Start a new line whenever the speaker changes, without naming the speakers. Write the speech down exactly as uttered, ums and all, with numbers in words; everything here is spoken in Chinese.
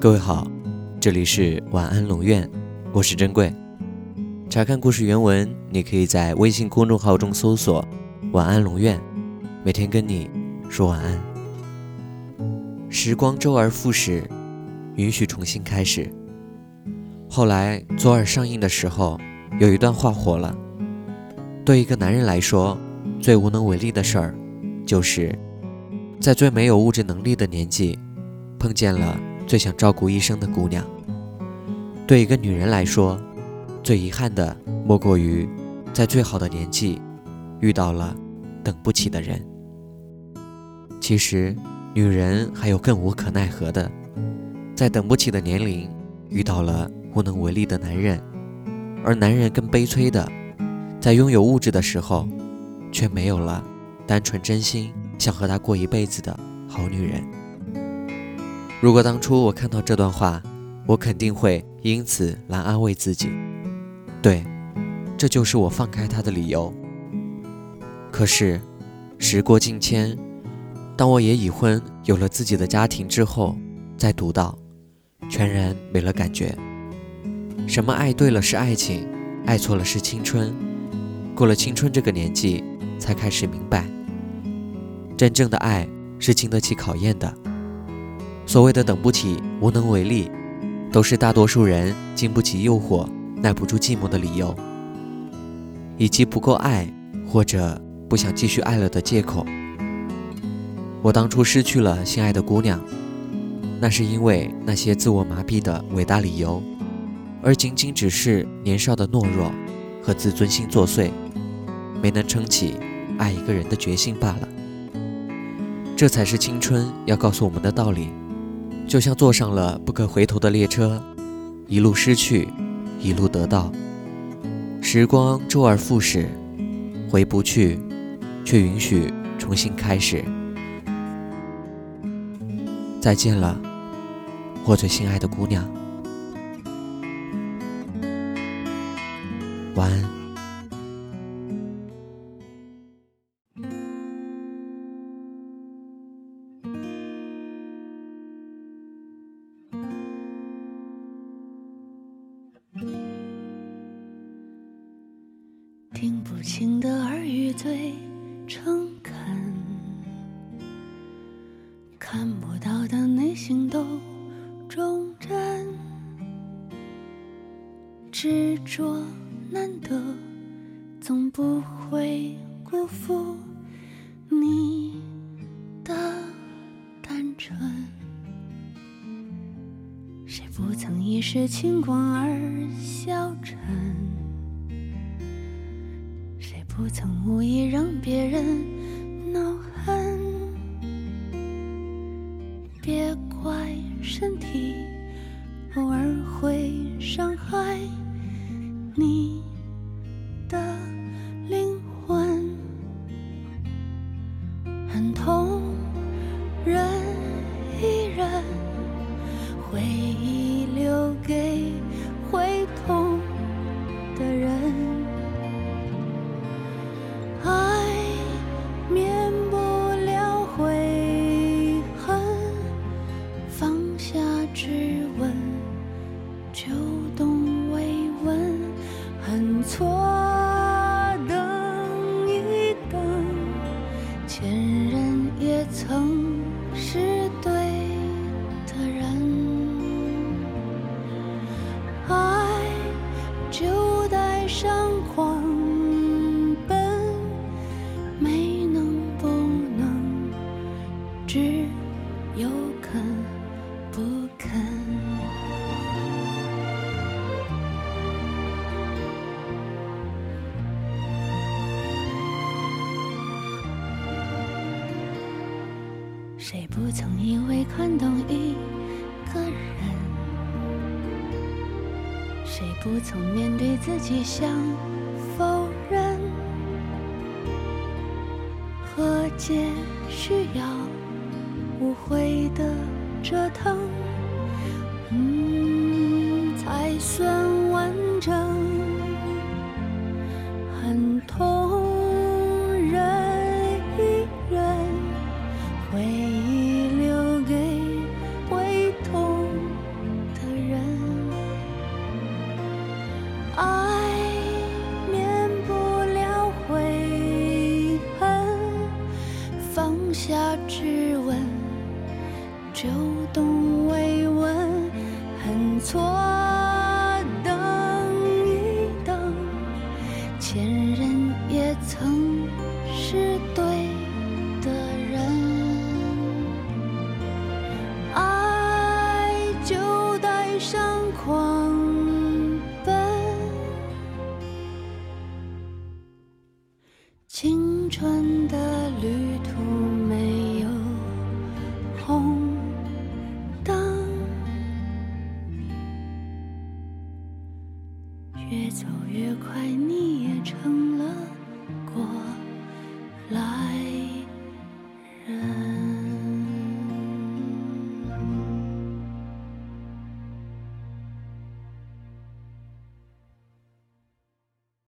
各位好，这里是晚安龙院，我是珍贵。查看故事原文，你可以在微信公众号中搜索晚安龙院，每天跟你说晚安。时光周而复始，允许重新开始。后来左耳上映的时候，有一段话火了。对一个男人来说，最无能为力的事儿，就是在最没有物质能力的年纪，碰见了最想照顾一生的姑娘。对一个女人来说，最遗憾的莫过于在最好的年纪遇到了等不起的人。其实女人还有更无可奈何的，在等不起的年龄遇到了无能为力的男人，而男人更悲催的，在拥有物质的时候却没有了单纯真心想和他过一辈子的好女人。如果当初我看到这段话，我肯定会因此来安慰自己，对，这就是我放开他的理由。可是时过境迁，当我也已婚有了自己的家庭之后，再读到，全然没了感觉。什么爱对了是爱情，爱错了是青春，过了青春这个年纪，才开始明白，真正的爱是经得起考验的。所谓的等不起、无能为力，都是大多数人经不起诱惑、耐不住寂寞的理由，以及不够爱或者不想继续爱了的借口。我当初失去了心爱的姑娘，那是因为那些自我麻痹的伟大理由，而仅仅只是年少的懦弱和自尊心作祟，没能撑起爱一个人的决心罢了。这才是青春要告诉我们的道理。就像坐上了不可回头的列车，一路失去，一路得到。时光周而复始，回不去，却允许重新开始。再见了，我最心爱的姑娘。晚安。
听不清的耳语最诚恳，看不到的内心都忠贞，执着难得，总不会辜负你的单纯。谁不曾一时轻狂而消沉，不曾无意让别人恼恨，别怪身体偶尔会伤害你的灵魂，很痛忍一忍，回忆留给会痛的人。就懂慰问，很错等一等，前人也曾是对的人。爱就带上狂奔，没能不能，只有肯不肯。谁不曾因为看懂一个人？谁不曾面对自己想否认？和解需要无悔的折腾，嗯，才算完整。很痛忍一忍，回忆留给会痛下质问，就懂慰问，很错。